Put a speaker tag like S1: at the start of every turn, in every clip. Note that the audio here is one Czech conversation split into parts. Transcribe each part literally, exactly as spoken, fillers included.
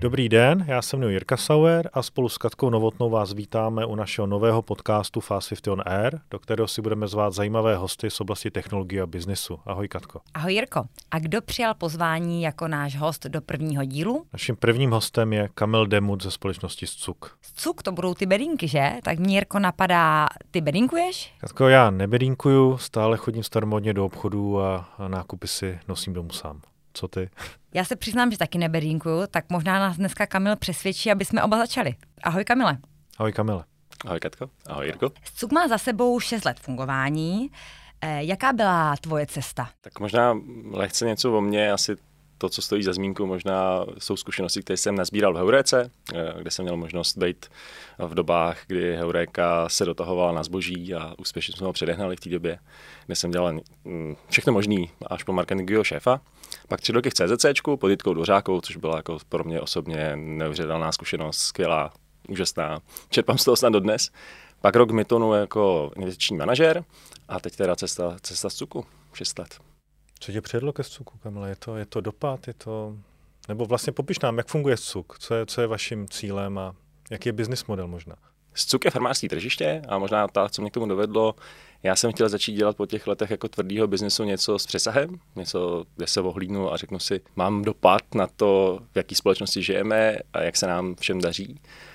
S1: Dobrý den, já se jmenuji Jirka Sauer a spolu s Katkou Novotnou vás vítáme u našeho nového podcastu Fast padesát on Air, do kterého si budeme zvát zajímavé hosty z oblasti technologie a biznesu. Ahoj Katko.
S2: Ahoj Jirko. A kdo přijal pozvání jako náš host do prvního dílu?
S1: Naším prvním hostem je Kamil Demut ze společnosti Scuk.
S2: Scuk, to budou ty bedínky, že? Tak mě, Jirko, napadá, ty bedínkuješ?
S1: Katko, já nebedínkuju, stále chodím staromodně do obchodů a, a nákupy si nosím domů sám. Co ty?
S2: Já se přiznám, že taky nebedínkuju, tak možná nás dneska Kamil přesvědčí, aby jsme oba začali. Ahoj Kamile.
S1: Ahoj Kamile.
S3: Ahoj Katko. Ahoj Jirko.
S2: Scuk má za sebou šest let fungování. E, jaká byla tvoje cesta?
S3: Tak možná lehce něco o mně, asi to, co stojí za zmínku, možná jsou zkušenosti, které jsem nazbíral v Heuréce, kde jsem měl možnost být v dobách, kdy Heuréka se dotahovala na zboží a úspěšně jsme ho předehnali v té době, kde jsem dělal všechno možný až po marketingového šéfa. Pak tři roky v CZCčku pod Jitkou Dvořákou, což byla jako pro mě osobně neuvěřitelná zkušenost, skvělá, úžasná. Čerpám z toho snad dodnes. Pak rok v Mytonu jako investiční manažer a teď teda cesta, cesta z Scuku, šest let.
S1: Co tě přivedlo ke Scuku, Kamile? Je to, je to dopad? Je to... Nebo vlastně popiš nám, jak funguje Scuk? Co je, co je vaším cílem a jaký je business model možná?
S3: Scuk je farmářský tržiště a možná ta, co mě k tomu dovedlo, já jsem chtěl začít dělat po těch letech jako tvrdýho biznesu něco s přesahem, něco, kde se ohlídnu a řeknu si, mám dopad na to, v jaký společnosti žijeme a jak se nám všem daří.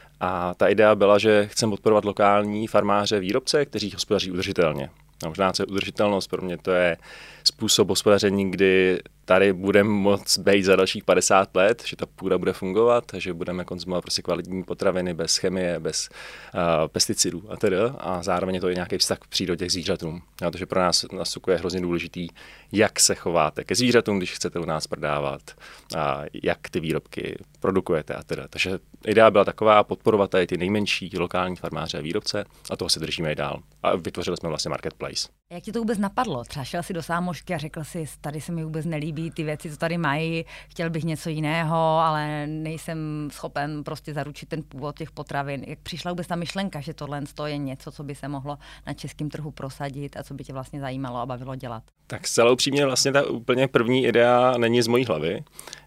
S3: A ta idea byla, že chcem podporovat lokální farmáře, výrobce, kteří hospodaří udržitelně. A možná co je udržitelnost, pro mě to je způsob hospodaření, kdy tady budeme moct být za dalších padesát let, že ta půda bude fungovat, že budeme konzumovat prostě kvalitní potraviny bez chemie, bez uh, pesticidů a tedy. A zároveň je to i nějaký vztah k přírodě, k zvířatům. Protože pro nás na Scuku je hrozně důležitý, jak se chováte ke zvířatům, když chcete u nás prodávat, a jak ty výrobky produkujete a tedy. Takže idea byla taková podporovat tady ty nejmenší lokální farmáře a výrobce a toho se držíme i dál. A vytvořili jsme vlastně marketplace.
S2: Jak ti to vůbec napadlo? Třeba šel si do sámošky a řekl si, tady se mi vůbec nelíbí ty věci, co tady mají, chtěl bych něco jiného, ale nejsem schopen prostě zaručit ten původ těch potravin. Jak přišla vůbec ta myšlenka, že tohle je něco, co by se mohlo na českém trhu prosadit a co by tě vlastně zajímalo a bavilo dělat? Tak
S3: zcela upřímně vlastně ta úplně první idea není z mojí hlavy.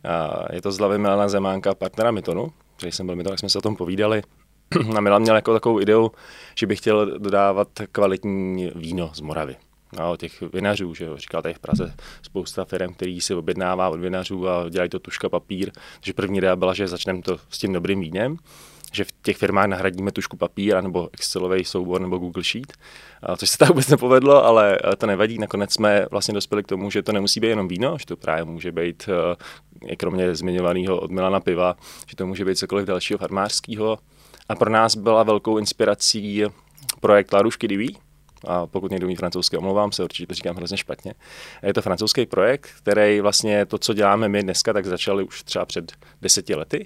S3: Je to z hlavy Milana Zemánka, partnera Mytonu, který jsem byl Myton, jak jsme se o tom povídali. A Milan měl jako takovou ideu, že by chtěl dodávat kvalitní víno z Moravy. A od těch vinařů, že jo, říkal tady v Praze spousta firm, který si objednává od vinařů a dělají to tužka, papír. Takže první idea byla, že začneme to s tím dobrým vínem, že v těch firmách nahradíme tužku papír nebo Excelový soubor nebo Google Sheet, a což se tak vůbec nepovedlo, ale to nevadí. Nakonec jsme vlastně dospěli k tomu, že to nemusí být jenom víno, že to právě může být, i kromě zmiňovaného od Milana piva, že to může být cokoliv dalšího farmářského. A pro nás byla velkou inspirací projekt La Ruche qui dit oui. A pokud někdo umí francouzsky, omlouvám se, určitě to říkám hrozně špatně. Je to francouzský projekt, který vlastně to, co děláme my dneska, tak začali už třeba před deseti lety.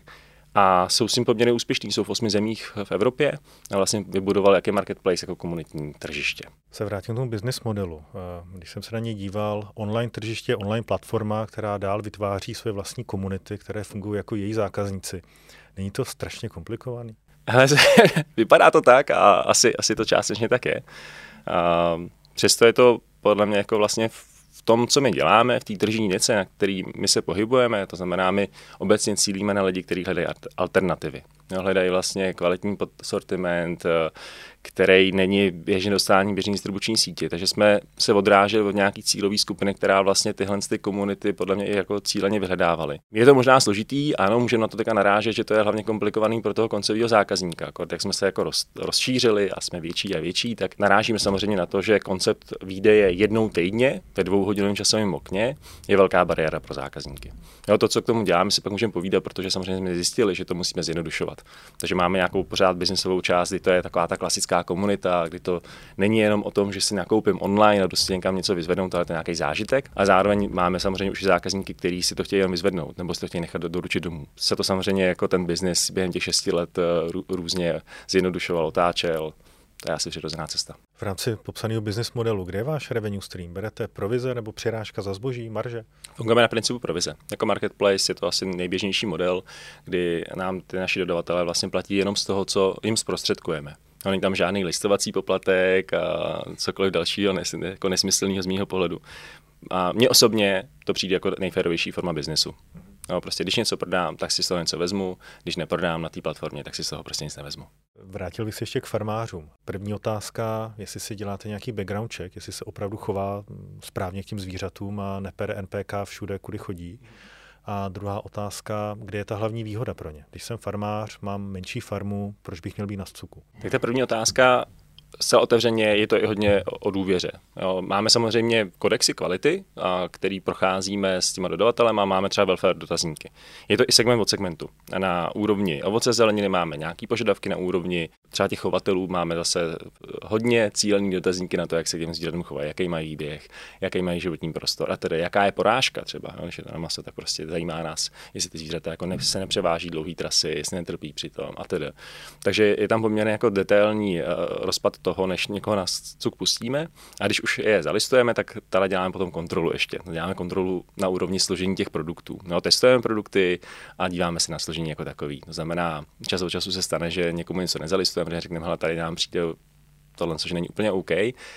S3: A jsou s tím poměrně úspěšní, jsou v osmi zemích v Evropě a vlastně vybudovali jaký marketplace jako komunitní tržiště.
S1: Se vrátím k tomu business modelu. Když jsem se na něj díval, online tržiště, online platforma, která dál vytváří své vlastní komunity, které fungují jako její zákazníci. Není to strašně komplikovaný?
S3: Hele, vypadá to tak a asi, asi to částečně tak je. A přesto je to podle mě jako vlastně v tom, co my děláme, v té tržní nice, na který my se pohybujeme, to znamená, my obecně cílíme na lidi, kteří hledají alternativy. Hledají vlastně kvalitní sortiment, který není běžně dostání běžný distribuční sítě. Takže jsme se odráželi od nějaký cílové skupiny, která vlastně tyhle ty komunity podle mě i jako cíleně vyhledávaly. Je to možná složitý, ano, můžeme na to teďka narážet, že to je hlavně komplikovaný pro toho koncového zákazníka. Jak jsme se jako roz, rozšířili a jsme větší a větší, tak narážíme samozřejmě na to, že koncept výdeje jednou týdně ve dvouhodinovém časovém okně je velká bariéra pro zákazníky. Jo, to, co k tomu děláme, si pak můžeme povídat, protože samozřejmě jsme zjistili, že to musíme zjednodušovat. Takže máme nějakou pořád biznesovou část, kdy to je taková ta klasická komunita, kdy to není jenom o tom, že si nakoupím online a prostě někam něco vyzvednout, ale to je nějaký zážitek. A zároveň máme samozřejmě už zákazníky, kteří si to chtějí jen vyzvednout, nebo si to chtějí nechat doručit domů. Se to samozřejmě jako ten biznis během těch šesti let různě zjednodušoval, otáčel. To je asi přirozená cesta.
S1: V rámci popsaného business modelu, kde je váš revenue stream? Berete provize nebo přirážka za zboží, marže?
S3: Fungujeme na principu provize. Jako marketplace je to asi nejběžnější model, kdy nám ty naši dodavatelé vlastně platí jenom z toho, co jim zprostředkujeme. Není tam žádný listovací poplatek a cokoliv dalšího nes, jako nesmyslného z mýho pohledu. A mně osobně to přijde jako nejférovější forma biznesu. No, prostě když něco prodám, tak si z toho něco vezmu, když neprodám na té platformě, tak si z toho prostě nic nevezmu.
S1: Vrátil bych se ještě k farmářům. První otázka, jestli si děláte nějaký background check, jestli se opravdu chová správně k těm zvířatům a nepere N P K všude, kudy chodí. A druhá otázka, kde je ta hlavní výhoda pro ně? Když jsem farmář, mám menší farmu, proč bych měl být na SCUKu?
S3: Tak ta první otázka, zcela otevřeně, je to i hodně o důvěře. Jo, máme samozřejmě kodexy kvality, a který procházíme s těma dodavatelem a máme třeba welfare dotazníky. Je to i segment od segmentu. A na úrovni ovoce zeleniny máme nějaké požadavky, na úrovni třeba těch chovatelů máme zase hodně cílený dotazníky na to, jak se k těm zvířatům chovají, jaký mají běh, jaký mají životní prostor a tedy jaká je porážka třeba. Jo, když je to na maso, tak prostě zajímá nás, jestli ty zvířata jako ne, se nepřeváží dlouhé trasy, jestli netrpí při tom a tedy. Takže je tam poměrně jako detailní uh, rozpad toho, než někoho na SCUK pustíme. A když už je zalistujeme, tak tady děláme potom kontrolu ještě. Děláme kontrolu na úrovni složení těch produktů. No, testujeme produkty a díváme se na složení jako takový. To znamená, čas od času se stane, že někomu něco nezalistujeme, protože řekneme, hele, tady nám přijde tohle, což není úplně OK.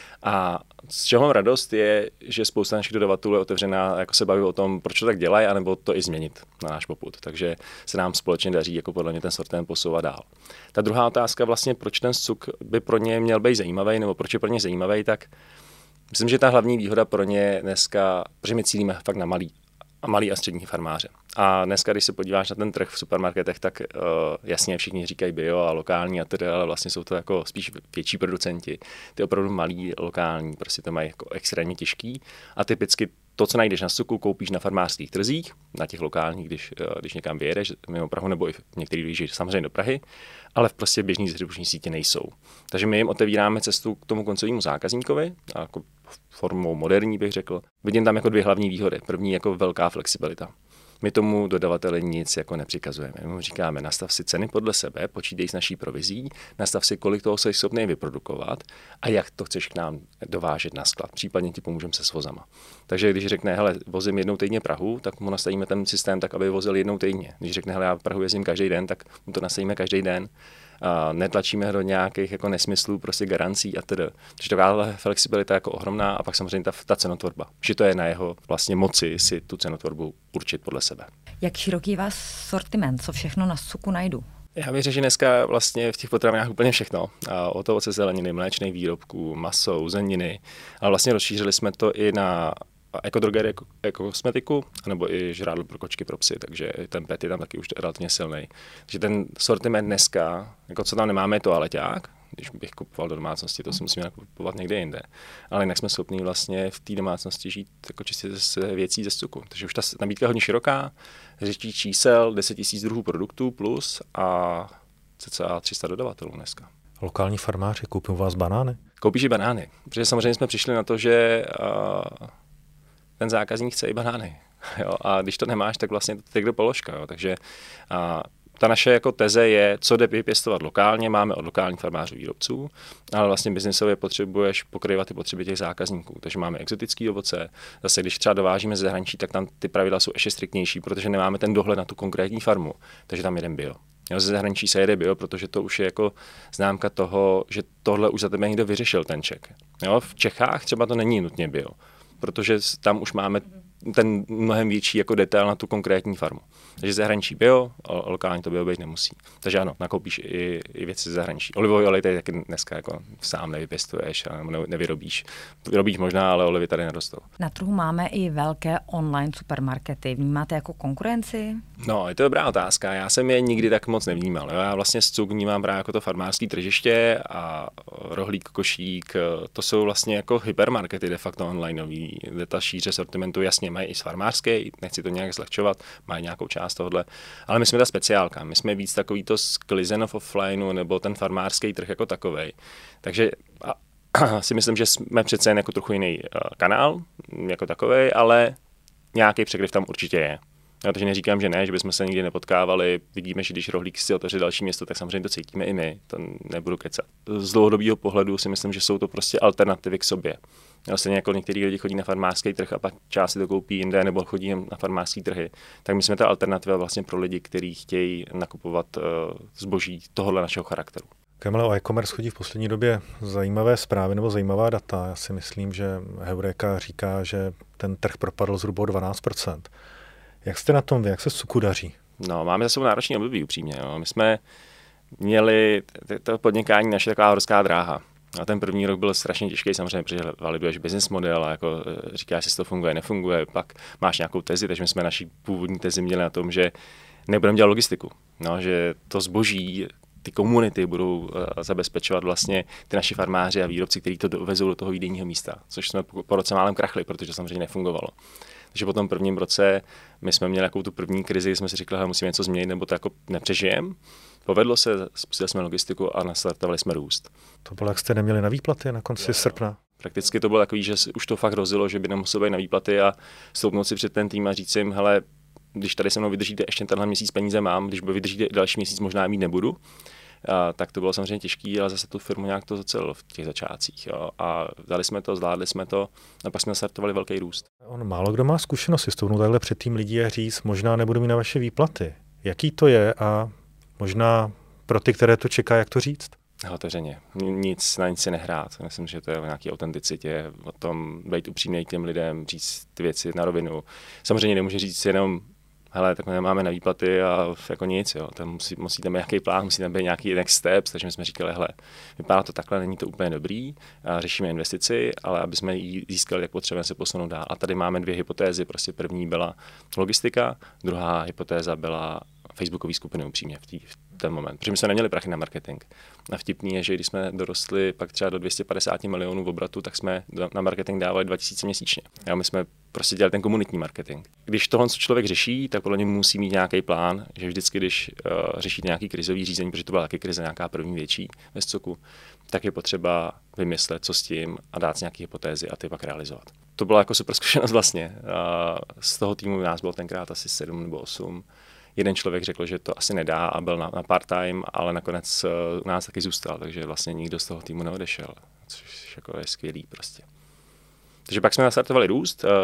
S3: A z čeho mám radost je, že spousta našich dodavatelů je otevřená, jako se baví o tom, proč to tak dělají, anebo to i změnit na náš popud. Takže se nám společně daří jako podle mě ten sortiment posouvat dál. Ta druhá otázka vlastně, proč ten SCUK by pro ně měl být zajímavý, nebo proč je pro ně zajímavý, tak myslím, že ta hlavní výhoda pro ně dneska, protože my cílíme fakt na malý a malý a střední farmáře. A dneska, když se podíváš na ten trh v supermarketech, tak uh, jasně všichni říkají bio a lokální a tedy, ale vlastně jsou to jako spíš větší producenti. Ty opravdu malí, lokální, prostě to mají jako extrémně těžký a typicky to, co najdeš na SCUKu, koupíš na farmářských trzích, na těch lokálních, když, když někam vyjedeš mimo Prahu, nebo i některý lidi samozřejmě do Prahy, ale v prostě běžný distribuční síti nejsou. Takže my jim otevíráme cestu k tomu koncovému zákazníkovi, a jako formou moderní bych řekl. Vidím tam jako dvě hlavní výhody. První jako velká flexibilita. My tomu dodavateli nic jako nepřikazujeme. My mu říkáme, nastav si ceny podle sebe, počítej s naší provizí, nastav si, kolik toho jsi schopný vyprodukovat a jak to chceš k nám dovážet na sklad. Případně ti pomůžeme se svozama. Takže když řekne, hele, vozím jednou týdně Prahu, tak mu nastavíme ten systém tak, aby vozil jednou týdně. Když řekne, hele, já Prahu jezdím každý den, tak mu to nastavíme každý den. A netlačíme do nějakých jako nesmyslů, prostě garancí a tedy. Takže taková flexibilita jako ohromná a pak samozřejmě ta, ta cenotvorba. Že to je na jeho vlastně moci si tu cenotvorbu určit podle sebe.
S2: Jak široký je váš sortiment? Co všechno na SCUKu najdu?
S3: Já věřím, že dneska vlastně v těch potravinách úplně všechno. A od ovoce, zeleniny, mléčných výrobků, maso, uzeniny. Ale vlastně rozšířili jsme to i na ekodrogery, jako, jako kosmetiku, nebo i žrádlo pro kočky, pro psy, takže ten pet je tam taky už relativně silný. Takže ten sortiment dneska, jako co tam nemáme, je toaleťák, když bych kupoval do domácnosti, to si musíme kupovat někde jinde. Ale jinak jsme schopni vlastně v té domácnosti žít jako čistě z věcí ze SCUKu. Takže už ta nabídka je hodně široká, řečí čísel, deset tisíc druhů produktů plus a cca tři sta dodavatelů dneska.
S1: Lokální farmáři, koupí u vás banány?
S3: Koupíš i banány, protože samozřejmě jsme přišli na to, že uh, ten zákazník chce i banány. Jo? A když to nemáš, tak vlastně to je kdo položka. Jo? Takže a ta naše jako teze je, co jde vypěstovat lokálně, máme od lokálních farmářů výrobců, ale vlastně biznisově potřebuješ pokrývat ty potřeby těch zákazníků. Takže máme exotický ovoce. Zase, když třeba dovážíme ze zahraničí, tak tam ty pravidla jsou ještě striktnější, protože nemáme ten dohled na tu konkrétní farmu. Takže tam jedem bio. Jo, ze zahraničí se jede bio, protože to už je jako známka toho, že tohle už za tebe někdo vyřešil ten ček. Jo, v Čechách třeba to není nutně bio, protože tam už máme ten mnohem větší jako detail na tu konkrétní farmu. Takže zahraničí bio, lokální to bio být nemusí. Takže ano, nakoupíš i, i věci ze zahraničí. Olivový olej tady taky dneska jako sám nevypěstuješ a nevyrobíš. Vyrobíš možná, ale olivy tady nerostou.
S2: Na trhu máme i velké online supermarkety. Vnímáte jako konkurenci?
S3: No, je to dobrá otázka. Já jsem je nikdy tak moc nevnímal. Já vlastně SCUK vnímám právě jako to farmářské tržiště a Rohlík, Košík, to jsou vlastně jako hypermarkety de facto onlineový, kde ta šíře sortimentu jasně mají i farmářské, nechci to nějak zlehčovat, mají nějakou část tohle, ale my jsme ta speciálka, my jsme víc takový to sklizen v offlineu nebo ten farmářský trh jako takovej. Takže a, si myslím, že jsme přece jen jako trochu jiný uh, kanál jako takovej, ale nějaký překryv tam určitě je. Já takže neříkám, že ne, že bychom se nikdy nepotkávali. Vidíme, že když Rohlík si otevře další město, tak samozřejmě to cítíme i my. To nebudu kecat. Z dlouhodobého pohledu si myslím, že jsou to prostě alternativy k sobě. Vlastně jako některý lidi chodí na farmářský trh a pak část si to koupí jinde nebo chodí na farmářský trhy. Tak my jsme ta alternativa vlastně pro lidi, kteří chtějí nakupovat uh, zboží tohohle našeho charakteru.
S1: Kamile, o e-commerce chodí v poslední době zajímavé zprávy nebo zajímavá data. Já si myslím, že Heureka říká, že ten trh propadl zhruba dvanáct procent. Jak jste na tom vy? Jak se Suku daří?
S3: No, máme za sebou náročný období, upřímně. No. My jsme měli to podnikání naše taková horská dráha. A ten první rok byl strašně těžký, samozřejmě, protože validuješ business model a jako říkáš, jestli to funguje, nefunguje, pak máš nějakou tezi, takže my jsme naši původní tezi měli na tom, že nebudeme dělat logistiku, no, že to zboží, ty komunity budou uh, zabezpečovat vlastně ty naši farmáři a výrobci, kteří to dovezou do toho výdejního místa, což jsme po, po roce málem krachli, protože to samozřejmě nefungovalo. Takže po tom prvním roce my jsme měli takovou tu první krizi, kdy jsme si říkali, že musíme něco změnit, nebo to jako nepřežijeme. Povedlo se, spustili jsme logistiku a nastartovali jsme růst.
S1: To bylo, jak jste neměli na výplaty na konci
S3: jo,
S1: srpna?
S3: Prakticky to bylo takový, že už to fakt hrozilo, že by nemuselo být na výplaty a stoupnout si před ten tým a říct jim, hele, když tady se mnou vydržíte ještě tenhle měsíc peníze mám, když by vydržíte další měsíc možná mít nebudu, a, tak to bylo samozřejmě těžké, ale zase tu firmu nějak to zacelilo v těch začátcích. Jo. A dali jsme to, zvládli jsme to a pak jsme startovali velký růst.
S1: On málo kdo má zkušenosti s tou takhle před tým lidí a říct, možná nebudu mít na vaše výplaty. Jaký to je a možná pro ty, které to čeká, jak to říct?
S3: Otevřeně. Nic na nic si nehrát. Myslím, že to je o nějaké autenticitě, o tom být upřímný k těm lidem, říct ty věci na rovinu. Samozřejmě nemůže říct jenom, hele, tak my nemáme na výplaty a jako nic, jo. Tam musí, musíte mít nějaký plán, musíte mít nějaký next steps, takže my jsme říkali, hele, vypadá to takhle, není to úplně dobrý, a řešíme investici, ale aby jsme ji získali, jak potřebujeme se posunout dál. A tady máme dvě hypotézy, prostě první byla logistika, druhá hypotéza byla Facebookové skupiny upřímně v, tý, v ten moment, protože my jsme neměli prachy na marketing. A vtipný je, že když jsme dorostli pak třeba do dvě stě padesát milionů v obratu, tak jsme na marketing dávali dva tisíce měsíčně. A my jsme prostě dělali ten komunitní marketing. Když tohle, co člověk řeší, tak podle něj musí mít nějaký plán, že vždycky, když uh, řešíte nějaký krizový řízení, protože to byla taky krize nějaká první větší ve Stoku, tak je potřeba vymyslet, co s tím a dát nějaké hypotézy a ty pak realizovat. To byla jako super zkušenost vlastně. Uh, z toho týmu nás bylo tenkrát asi sedm nebo osm. Jeden člověk řekl, že to asi nedá a byl na, na part-time, ale nakonec uh, u nás taky zůstal, takže vlastně nikdo z toho týmu neodešel, což jako je skvělý prostě. Takže pak jsme nastartovali růst. Uh,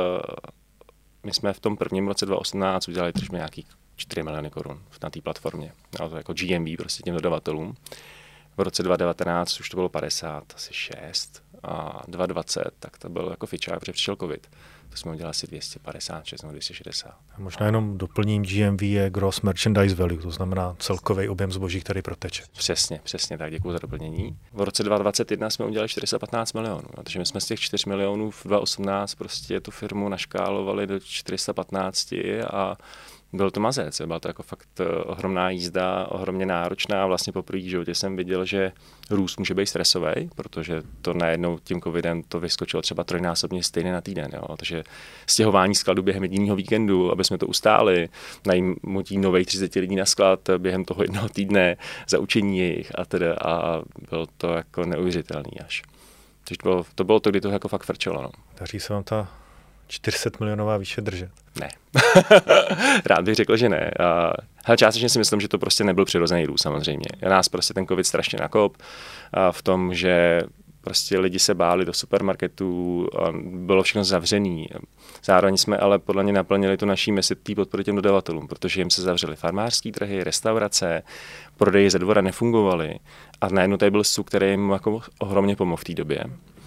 S3: my jsme v tom prvním roce dva tisíce osmnáct udělali tržby nějaký čtyři miliony korun na té platformě. No, to jako G M V prostě těm dodavatelům. V roce dva tisíce devatenáct už to bylo padesát, asi šest a dva tisíce dvacet, tak to byl jako fičák, protože přišel covid. To jsme udělali asi dvě stě padesát šest nebo dvě stě šedesát.
S1: A možná jenom doplním, G M V je Gross Merchandise Value, to znamená celkový objem zboží, který proteče.
S3: Přesně, přesně tak, děkuji za doplnění. V roce dva tisíce dvacet jedna jsme udělali čtyři sta patnáct milionů, takže my jsme z těch čtyř milionů v dva tisíce osmnáct prostě tu firmu naškálovali do čtyři sta patnáct a byl to mazec, byla to jako fakt ohromná jízda, ohromně náročná. Vlastně poprvé v životě jsem viděl, že růst může být stresový, protože to najednou tím covidem to vyskočilo třeba trojnásobně stejně na týden. Jo. Takže stěhování skladu během jediného víkendu, aby jsme to ustáli, najmutí nových třicet lidí na sklad během toho jednoho týdne, za učení jejich a teda a bylo to jako neuvěřitelný až. Takže to bylo to, bylo to kdy to jako fakt frčelo. No.
S1: Daří se vám ta čtyři sta milionová výše držet?
S3: Ne. Rád bych řekl, že ne. A, hele, částečně si myslím, že to prostě nebyl přirozený růst samozřejmě. Nás prostě ten covid strašně nakop a v tom, že prostě lidi se báli do supermarketů, bylo všechno zavřený. Zároveň jsme ale podle mě naplnili tu naší misi té podpory těm dodavatelům, protože jim se zavřely farmářské trhy, restaurace, prodeje ze dvora nefungovaly a najednou tady byl Suk, který jim jako ohromně pomohl v té době.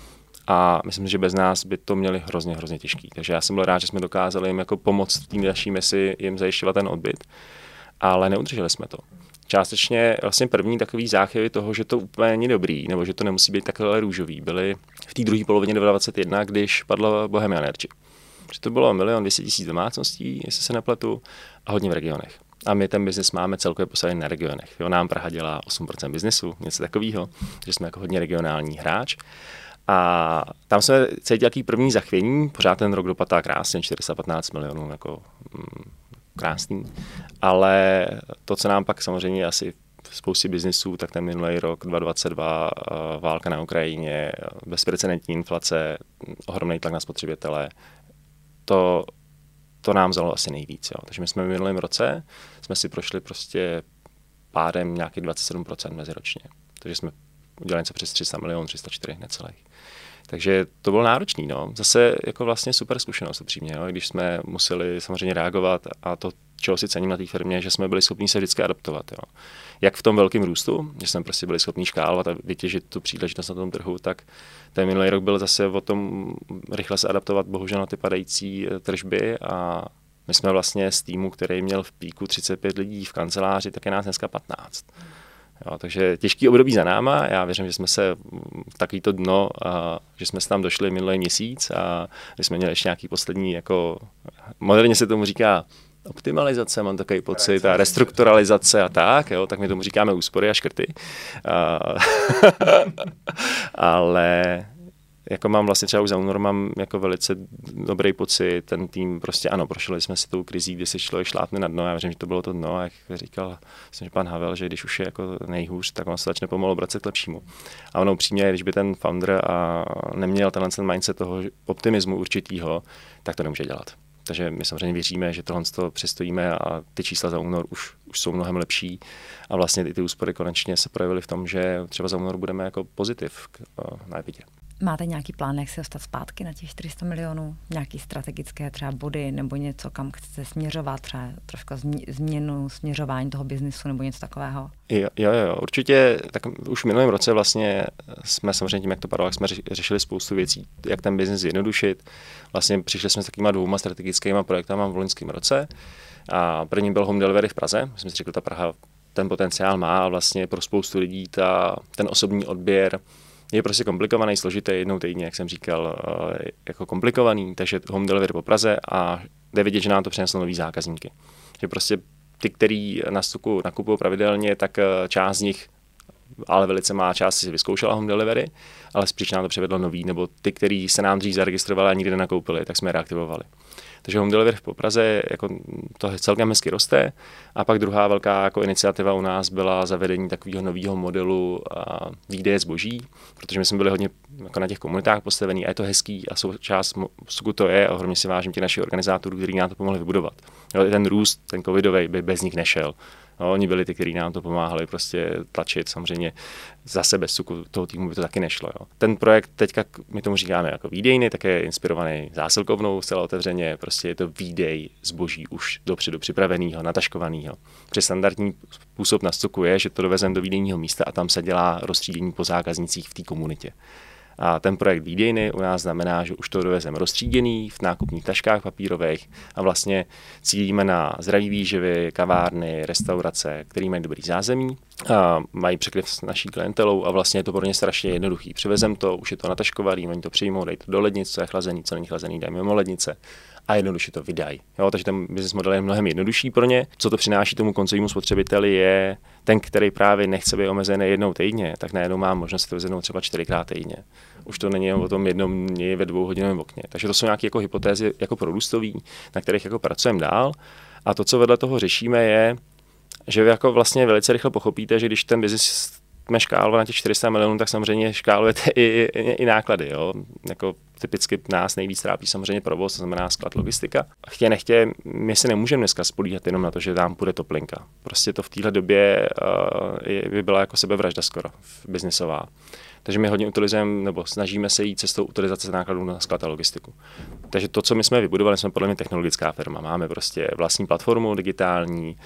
S3: A myslím, že bez nás by to měli hrozně, hrozně těžký. Takže já jsem byl rád, že jsme dokázali jim jako pomoct v té naší misi, jim zajišťovat ten odbyt, ale neudrželi jsme to. Částečně vlastně první takový záchvěvy toho, že to úplně není dobrý, nebo že to nemusí být takhle růžový, byly v té druhé polovině dva tisíce dvacet jedna, když padla Bohemia Energy. Že to bylo milion dvě stě tisíc domácností, jestli se nepletu, a hodně v regionech. A my ten biznis máme celkově posazený na regionech. Jo, nám Praha dělá osm procent biznesu, něco takového, že jsme jako hodně regionální hráč. A tam jsme cítili jaký první zachvění, pořád ten rok dopadá krásně, čtyři sta patnáct milionů, jako mm, krásný. Ale to, co nám pak samozřejmě asi v spoustě biznisů, tak ten minulý rok dva tisíce dvacet dva, válka na Ukrajině, bezprecedentní inflace, ohromný tlak na spotřebitele, to, to nám vzalo asi nejvíc. Jo. Takže my jsme v minulém roce jsme si prošli prostě pádem nějakých dvacet sedm procent meziročně. Takže jsme udělali něco přes tři sta milionů, tři sta čtyři necelých. Takže to bylo náročný, no. Zase jako vlastně super zkušenost upřímně, jo. Když jsme museli samozřejmě reagovat a to, čeho si cením na té firmě, že jsme byli schopni se vždycky adaptovat, jo. Jak v tom velkém růstu, že jsme prostě byli schopni škálovat a vytěžit tu příležitost na tom trhu, tak ten minulý rok byl zase o tom rychle se adaptovat bohužel na ty padající tržby a My jsme vlastně z týmu, který měl v píku třicet pět lidí v kanceláři, tak je nás dneska patnáct. Jo, takže těžký období za náma, já věřím, že jsme se v takovýto dno, a, že jsme se tam došli minulý měsíc a že jsme měli ještě nějaký poslední, jako moderně se tomu říká optimalizace, mám takový pocit, a restrukturalizace a tak, jo, tak my tomu říkáme úspory a škrty. A, ale jako mám vlastně třeba už za únor, mám jako velice dobrý pocit, ten tým prostě ano, prošli jsme si tou krizí, kdy si člověk šlápne na dno, já věřím, že to bylo to dno, jak říkal myslím, že pan Havel, že když už je jako nejhůř, tak on se začne pomalu obracet k lepšímu. A ono upřímně, když by ten founder a neměl tenhle ten mindset toho optimismu určitýho, tak to nemůže dělat. Takže my samozřejmě věříme, že tohle to přestojíme a ty čísla za únor už, už jsou mnohem lepší a vlastně i ty úspory konečně se projevily v tom, že třeba za únor budeme jako pozitiv na EBITDA.
S2: Máte nějaký plán, jak se dostat zpátky na těch čtyři sta milionů? Nějaký strategické třeba body nebo něco, kam chcete směřovat, třeba trošku změnu směřování toho biznisu nebo něco takového?
S3: Jo, jo, jo, určitě. Tak už v minulém roce vlastně jsme samozřejmě tím, jak to padlo, jak jsme řešili spoustu věcí, jak ten biznis zjednodušit. Vlastně přišli jsme s takovýma dvouma strategickými projektama v loňském roce. A první byl home delivery v Praze. My jsme si řekli, ta Praha ten potenciál má a vlastně pro spoustu lidí ta, ten osobní odběr je prostě komplikovaný, složitý, jednou týdně, jak jsem říkal, jako komplikovaný, takže home delivery po Praze a jde vidět, že nám to přineslo nový zákazníky. Že prostě ty, který na stoku nakupují pravidelně, tak část z nich, ale velice má část si vyzkoušela home delivery, ale spíš nám to přivedlo nový, nebo ty, kteří se nám dřív zaregistrovali a nikdy nenakoupili, tak jsme je reaktivovali. Takže home delivery po Praze jako to celkem hezky roste. A pak druhá velká jako iniciativa u nás byla zavedení takového nového modelu a výdeje zboží, protože my jsme byli hodně jako na těch komunitách postavení a je to hezký a součást suku to je a ohromně si vážím těch našich organizátorů, kteří nám to pomohli vybudovat. Jo, ten růst, ten covidový by bez nich nešel. No, oni byli ty, kteří nám to pomáhali prostě tlačit. Samozřejmě zase bez suku toho týmu by to taky nešlo. Jo. Ten projekt teďka, my tomu říkáme jako výdejny, tak je inspirovaný zásilkovnou, zcela otevřeně. Prostě je to výdej zboží už dopředu připraveného, nataškovaného. Při standardní způsob na stoku je, že to dovezeme do výdejního místa a tam se dělá rozstřídění po zákaznicích v té komunitě. A ten projekt výdejny u nás znamená, že už to dovezeme rozstříděný v nákupních taškách papírových a vlastně cílíme na zdraví výživy, kavárny, restaurace, které mají dobrý zázemí, a mají překryv s naší klientelou a vlastně je to pro ně strašně jednoduchý. Přivezem to, už je to nataškovaný, oni to přijmou, dej to do lednic, co je chlazený, co není chlazený, dají mimo lednice a jednoduše to vydají. Jo, takže ten business model je mnohem jednodušší pro ně. Co to přináší tomu koncovnímu spotřebiteli je ten, který právě nechce být omezený jednou týdně, tak najednou má možnost to vyzvednout třeba čtyřikrát týdně. Už to není o tom jednom dni ve dvouhodinovém okně. Takže to jsou nějaké jako hypotézy jako prorůstový, na kterých jako pracujeme dál. A to, co vedle toho řešíme, je, že vy jako vlastně velice rychle pochopíte, že když ten business jsme škálovat na těch čtyři sta milionů, tak samozřejmě škálujete i, i, i náklady. Jo. Jako typicky nás nejvíc trápí samozřejmě provoz, to znamená sklad, logistika. Chtě nechtě, my se nemůžeme dneska spolíhat jenom na to, že tam půjde toplinka. Prostě to v téhle době uh, by byla jako sebevražda skoro biznisová. Takže my hodně utilizujeme, nebo snažíme se jít cestou utilizace nákladů na sklad a logistiku. Takže to, co my jsme vybudovali, jsme podle mě technologická firma. Máme prostě vlastní platformu digitální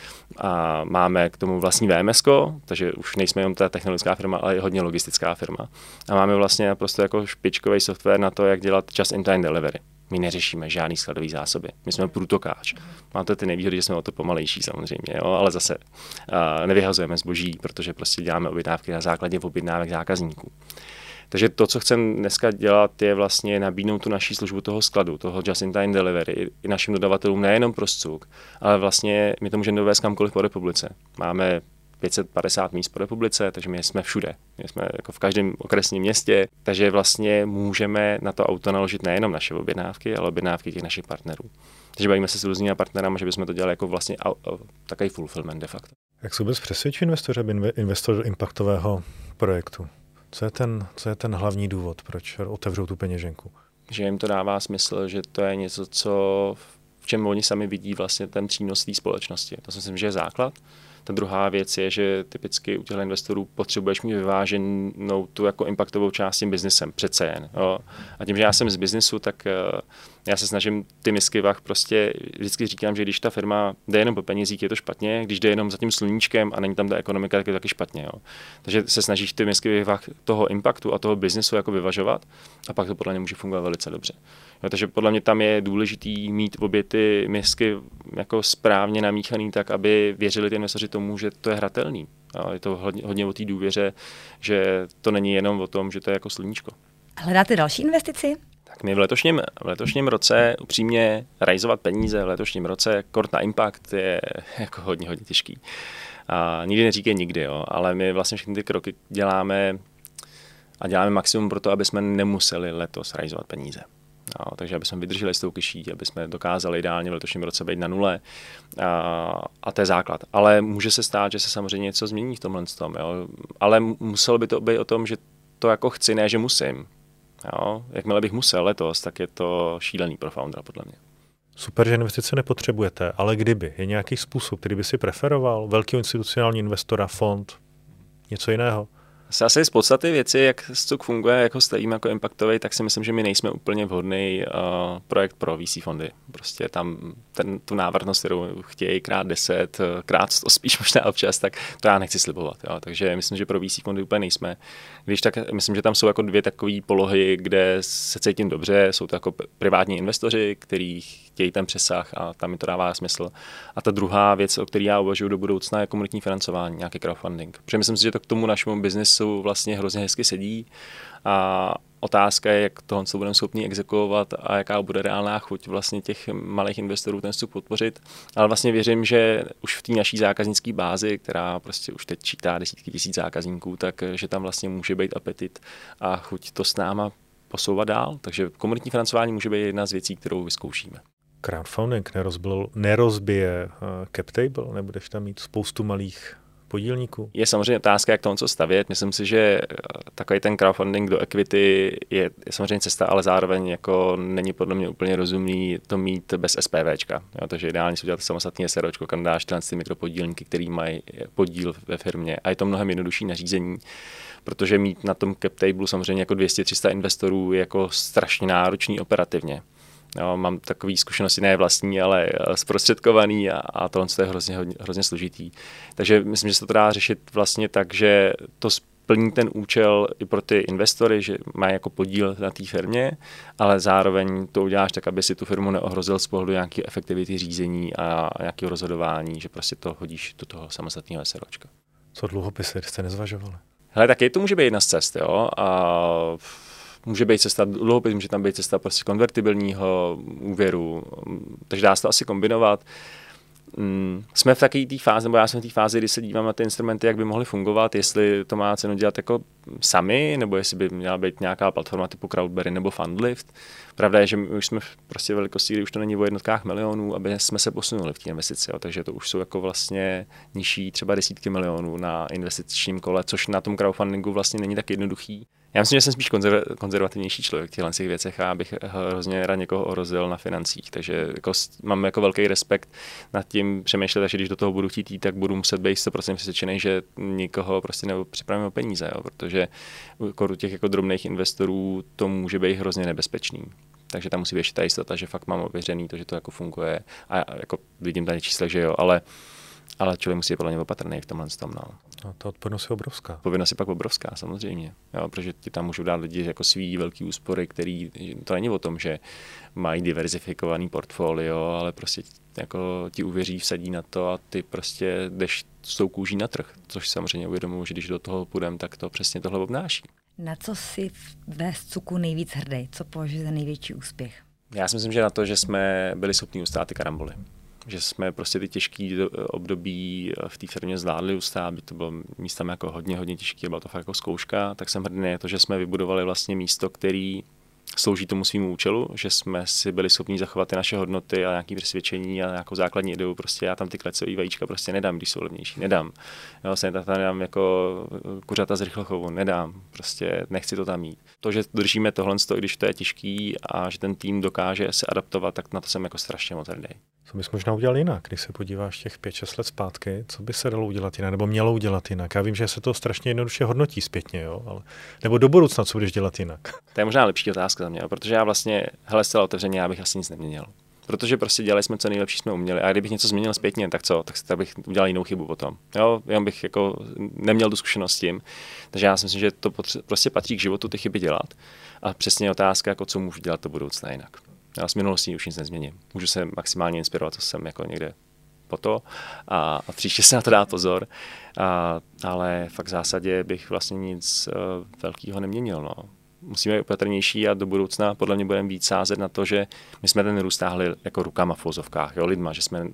S3: a máme k tomu vlastní V M S ko, takže už nejsme jenom ta technologická firma, ale i hodně logistická firma. A máme vlastně prostě jako špičkový software na to, jak dělat just-in-time delivery. My neřešíme žádný skladový zásoby. My jsme průtokáč. Máte ty nevýhody, že jsme o to pomalejší samozřejmě, jo? Ale zase uh, nevyhazujeme zboží, protože prostě děláme objednávky na základě objednávek zákazníků. Takže to, co chceme dneska dělat, je vlastně nabídnout tu naší službu toho skladu, toho just-in-time delivery i našim dodavatelům nejenom pro Scuk, ale vlastně my to můžeme dovést kamkoliv po republice. Máme pět set padesát míst po republice, takže my jsme všude. My jsme jako v každém okresním městě, takže vlastně můžeme na to auto naložit nejenom naše objednávky, ale objednávky těch našich partnerů. Takže bavíme se s různými partnerami, že bychom to dělali jako vlastně takový fulfillment de facto.
S1: Jak se vůbec přesvědčí investoři, aby investor do impaktového projektu? Co je ten, co je ten hlavní důvod, proč otevřou tu peněženku?
S3: Že jim to dává smysl, že to je něco, co v čem oni sami vidí vlastně ten přínos té společnosti. To si myslím, že je základ. Ta druhá věc je, že typicky u těchto investorů potřebuješ mít vyváženou tu jako impactovou část tím biznesem, přece jen. Jo. A tím, že já jsem z biznesu, tak Já se snažím ty misky vah prostě, vždycky říkám, že když ta firma jde jenom po penězích, je to špatně, když jde jenom za tím sluníčkem a není tam ta ekonomika, tak je to taky špatně. Jo. Takže se snažíš ty misky vah toho impaktu a toho biznesu jako vyvažovat a pak to podle mě může fungovat velice dobře. Jo, takže podle mě tam je důležitý mít obě ty misky jako správně namíchaný tak, aby věřili ty investoři tomu, že to je hratelný. Jo, je to hodně, hodně o té důvěře, že to není jenom o tom, že to je jako sluníčko.
S2: Hledáte další investici?
S3: Tak my v letošním, v letošním roce upřímně rajzovat peníze v letošním roce, kort na impact je jako hodně, hodně těžký. A nikdy neříkej nikdy, jo, ale my vlastně všechny ty kroky děláme a děláme maximum pro to, aby jsme nemuseli letos rajzovat peníze. No, takže aby jsme vydrželi s tou kyší, aby jsme dokázali ideálně v letošním roce být na nule a, a to je základ. Ale může se stát, že se samozřejmě něco změní v tomhle tom, jo. Ale muselo by to být o tom, že to jako chci, ne, že musím. Jo. Jakmile bych musel letos, tak je to šílený pro foundera, podle mě.
S1: Super, že investice nepotřebujete, ale kdyby, je nějaký způsob, který by si preferoval? Velký institucionální investora, fond, něco jiného?
S3: Asi z podstaty věci, jak Scuk funguje, jako stavíme jako impactový, tak si myslím, že my nejsme úplně vhodný uh, projekt pro V C fondy. Prostě tam ten, tu návratnost, kterou chtějí krát deset, krát sto spíš možná občas, tak to já nechci slibovat. Jo. Takže myslím, že pro V C fondy úplně nejsme. Když tak, myslím, že tam jsou jako dvě takové polohy, kde se cítím dobře, jsou to jako privátní investoři, kteří chtějí ten přesah a tam mi to dává smysl. A ta druhá věc, o které já uvažuji do budoucna, je komunitní financování, nějaký crowdfunding. Protože myslím si, že to k tomu našemu biznesu vlastně hrozně hezky sedí a otázka je, jak tohle budeme schopni exekuovat a jaká bude reálná chuť vlastně těch malých investorů ten vstup podpořit. Ale vlastně věřím, že už v té naší zákaznické bázi, která prostě už teď čítá desítky tisíc zákazníků, tak že tam vlastně může být apetit a chuť to s náma posouvat dál. Takže komunitní financování může být jedna z věcí, kterou vyzkoušíme.
S1: Crowdfunding nerozbil, nerozbije uh, cap table? Nebudeš tam mít spoustu malých podílníků?
S3: Je samozřejmě otázka, jak to co stavět. Myslím si, že takový ten crowdfunding do equity je, je samozřejmě cesta, ale zároveň jako není podle mě úplně rozumný to mít bez SPVčka. Jo, takže ideálně si udělat samostatný SROčko, kam dáš ty mikropodílníky, který mají podíl ve firmě. A je to mnohem jednodušší nařízení, protože mít na tom cap table samozřejmě jako dvě stě tři sta investorů je jako strašně náročný operativně. Jo, mám takové zkušenosti, ne vlastní, ale zprostředkovaný a, a tohle je hrozně, hrozně složitý. Takže myslím, že se to dá řešit vlastně tak, že to splní ten účel i pro ty investory, že mají jako podíl na té firmě, ale zároveň to uděláš tak, aby si tu firmu neohrozil z pohledu nějaké efektivity řízení a nějakého rozhodování, že prostě to hodíš do toho samostatného SROčka.
S1: Co dluhopisy jste nezvažovali? Hele,
S3: taky to může být jedna z cest, jo. A může být cesta dluhopis, může tam být cesta prostě konvertibilního úvěru, takže dá se to asi kombinovat. Jsme v takové té fázi, nebo já jsem v té fázi, kdy se dívám na ty instrumenty, jak by mohly fungovat, jestli to má cenu dělat jako sami, nebo jestli by měla být nějaká platforma typu Crowdberry nebo Fundlift. Pravda je, že my už jsme prostě velikosti, kdy už to není o jednotkách milionů, aby jsme se posunuli v té investici, jo. Takže to už jsou jako vlastně nižší třeba desítky milionů na investičním kole, což na tom crowdfundingu vlastně není tak jednoduchý. Já myslím, že jsem spíš konzerv- konzervativnější člověk v těchto těch věcech a bych hrozně rád někoho ohrozil na financích. Takže jako mám jako velký respekt nad tím přemýšlet, že když do toho budu chtít jít, tak budu muset být sto procent přesvědčený, že nikoho prostě nepřipravím o peníze, jo, protože u těch jako drobných investorů to může být hrozně nebezpečný. Takže tam musí být ta jistota, že fakt mám ověřený to, že to jako funguje a jako vidím tady čísla, že jo, ale ale člověk musí být podle mě opatrný v tomhle tom. No.
S1: A ta odpovědnost je obrovská.
S3: Povinnost je pak obrovská, samozřejmě. Jo, protože ti tam můžou dát lidi jako svý velký úspory, který, to není o tom, že mají diverzifikovaný portfolio, ale prostě jako ti uvěří, vsadí na to a ty prostě jdeš s tou kůží na trh, což samozřejmě uvědomuji, že když do toho půjdem, tak to přesně tohle obnáší.
S2: Na co si ve Scuku nejvíc hrdý? Co považuješ za největší úspěch?
S3: Já si myslím, že na to, že jsme byli schopni ustát ty karamboly. Že jsme prostě ty těžké období v té firmě zvládli ustát, by to bylo místami jako hodně, hodně těžké, byla to fakt jako zkouška, tak jsem hrdý na to, že jsme vybudovali vlastně místo, který slouží tomu svýmu účelu, že jsme si byli schopni zachovat ty naše hodnoty a nějaké přesvědčení a nějakou základní ideu. Prostě já tam ty klecové vajíčka prostě nedám, když jsou levnější, nedám. Jo, vlastně tam nedám jako kuřata z rychlochovu, nedám. Prostě nechci to tam mít. To, že držíme tohle, i když to je těžký a že ten tým dokáže se adaptovat, tak na to jsem jako strašně moc hrdý.
S1: Co bys možná udělal jinak, když se podíváš těch pět šest let zpátky, co by se dalo udělat jinak, nebo mělo udělat jinak? Já vím, že se to strašně jednoduše hodnotí zpětně, jo? Ale nebo do budoucna, co budeš dělat jinak?
S3: To je možná lepší otázka za mě, protože já vlastně, hele, zcela otevřeně, já bych asi nic neměnil. Protože prostě dělali jsme co nejlepší jsme uměli. A kdybych něco změnil zpětně, tak co? Tak, tak bych udělal jinou chybu potom. Jo, jenom bych jako neměl tu zkušenost s tím. Takže já si myslím, že to potře- prostě patří k životu ty chyby dělat. A přesně je otázka, jako co můžu dělat do budoucna jinak. Já s minulostí už nic nezměním. Můžu se maximálně inspirovat, co jsem jako někde po to a, a příště se na to dá pozor. A, ale fakt v zásadě bych vlastně nic uh, velkého neměnil. No. Musíme být opatrnější a do budoucna podle mě budeme víc sázet na to, že my jsme ten růst táhli jako rukama v vozovkách, jo, lidma, že jsme,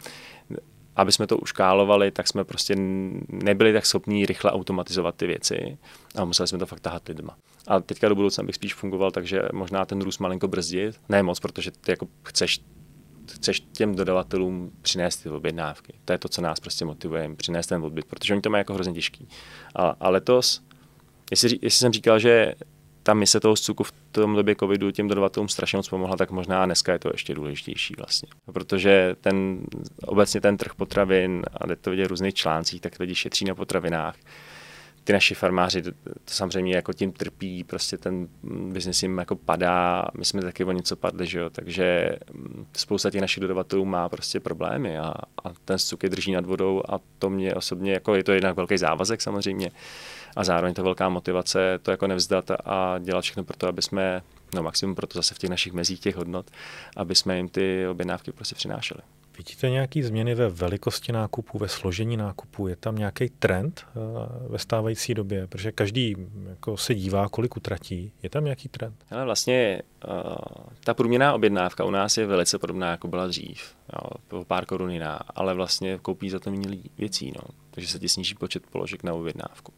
S3: aby jsme to uškálovali, tak jsme prostě nebyli tak schopní rychle automatizovat ty věci a museli jsme to fakt tahat lidma. A teďka do budoucna bych spíš fungoval, takže možná ten růst malinko brzdit, ne moc, protože ty jako chceš, chceš těm dodavatelům přinést ty objednávky. To je to, co nás prostě motivuje, přinést ten odbyt, protože oni to mají jako hrozně těžký. A, a letos, jestli, jestli jsem říkal, že ta mise toho SCUKu v tom době covidu těm dodavatelům strašně moc pomohla, tak možná dneska je to ještě důležitější vlastně. Protože ten, obecně ten trh potravin, a jde to vidět v různých článcích, tak lidi šetří na potravinách. Ty naši farmáři to samozřejmě jako tím trpí, prostě ten biznis jim jako padá, my jsme taky o něco padli, že jo, takže spousta těch našich dodavatelů má prostě problémy a, a ten SCUK je drží nad vodou a to mě osobně, jako je to jednak velký závazek samozřejmě a zároveň to velká motivace to jako nevzdat a dělat všechno pro to, aby jsme, no maximum pro to zase v těch našich mezích těch hodnot, aby jsme jim ty objednávky prostě přinášeli.
S1: Vidíte nějaké změny ve velikosti nákupu, ve složení nákupu? Je tam nějaký trend uh, ve stávající době? Protože každý jako se dívá, kolik utratí. Je tam nějaký trend?
S3: Ale vlastně uh, ta průměrná objednávka u nás je velice podobná, jako byla dřív. Jo, o pár korun jiná, ale vlastně koupí za to méně věcí. No. Takže se ti sníží počet položek na objednávku.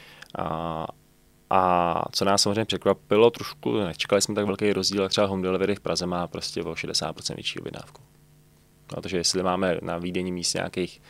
S3: A, a co nás samozřejmě překvapilo trošku, nečekali jsme tak velký rozdíl, třeba home delivery v Praze má prostě o šedesát procent větší objednávku. No, takže jestli máme na výdejním místě nějakých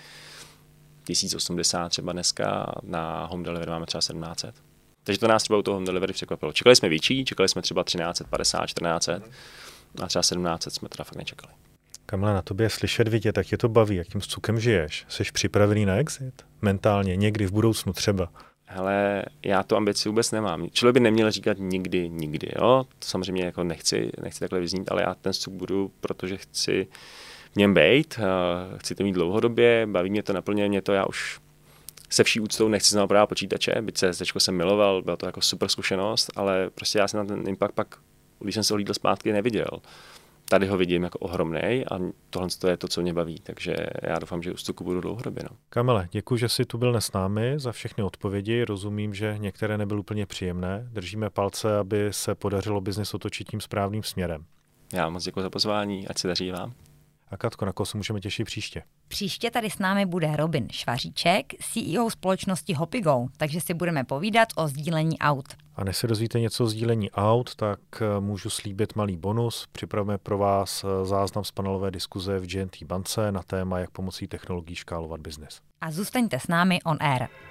S3: tisíc osmdesát třeba dneska, na home delivery máme třeba sedmnáct set. Takže to nás třeba u toho home delivery překvapilo. Čekali jsme větší, čekali jsme třeba třináct padesát, čtrnáct set a třeba sedmnáct set jsme teda fakt nečekali.
S1: Kamile, na tobě slyšet, vidět, tak tě to baví, jak tím SCUKem žiješ. Jsi připravený na exit? Mentálně, někdy v budoucnu třeba?
S3: Hele, já tu ambici vůbec nemám. Člověk by neměl říkat nikdy, nikdy, jo. To samozřejmě jako nechci, nechci takhle vyznít, ale já ten SCUK budu, protože chci v něm být, chci to mít dlouhodobě, baví mě to, naplňuje mě to, já už se vší úctou nechci znovu právě počítače, byť C S D jsem miloval, byla to jako super zkušenost, ale prostě já jsem na ten impact pak, když jsem se ohlídl zpátky, neviděl. Tady ho vidím jako ohromnej a tohle je to, co mě baví, takže já doufám, že u SCUKu budu dlouhodobě. No.
S1: Kamile, děkuji, že jsi tu byl dnes s námi, za všechny odpovědi, rozumím, že některé nebyly úplně příjemné, držíme palce, aby se podařilo biznis otočit tím správným směrem.
S3: Já moc děkuji za pozvání, ať se daří vám.
S1: A Katko, na koho se můžeme těšit příště?
S2: Příště tady s námi bude Robin Švaříček, C E O společnosti Hopigo, takže si budeme povídat o sdílení aut.
S1: A než se dozvíte něco o sdílení aut, tak můžu slíbit malý bonus. Připravíme pro vás záznam z panelové diskuze v G N T bance na téma, jak pomocí technologií škálovat biznes.
S2: A zůstaňte s námi on air.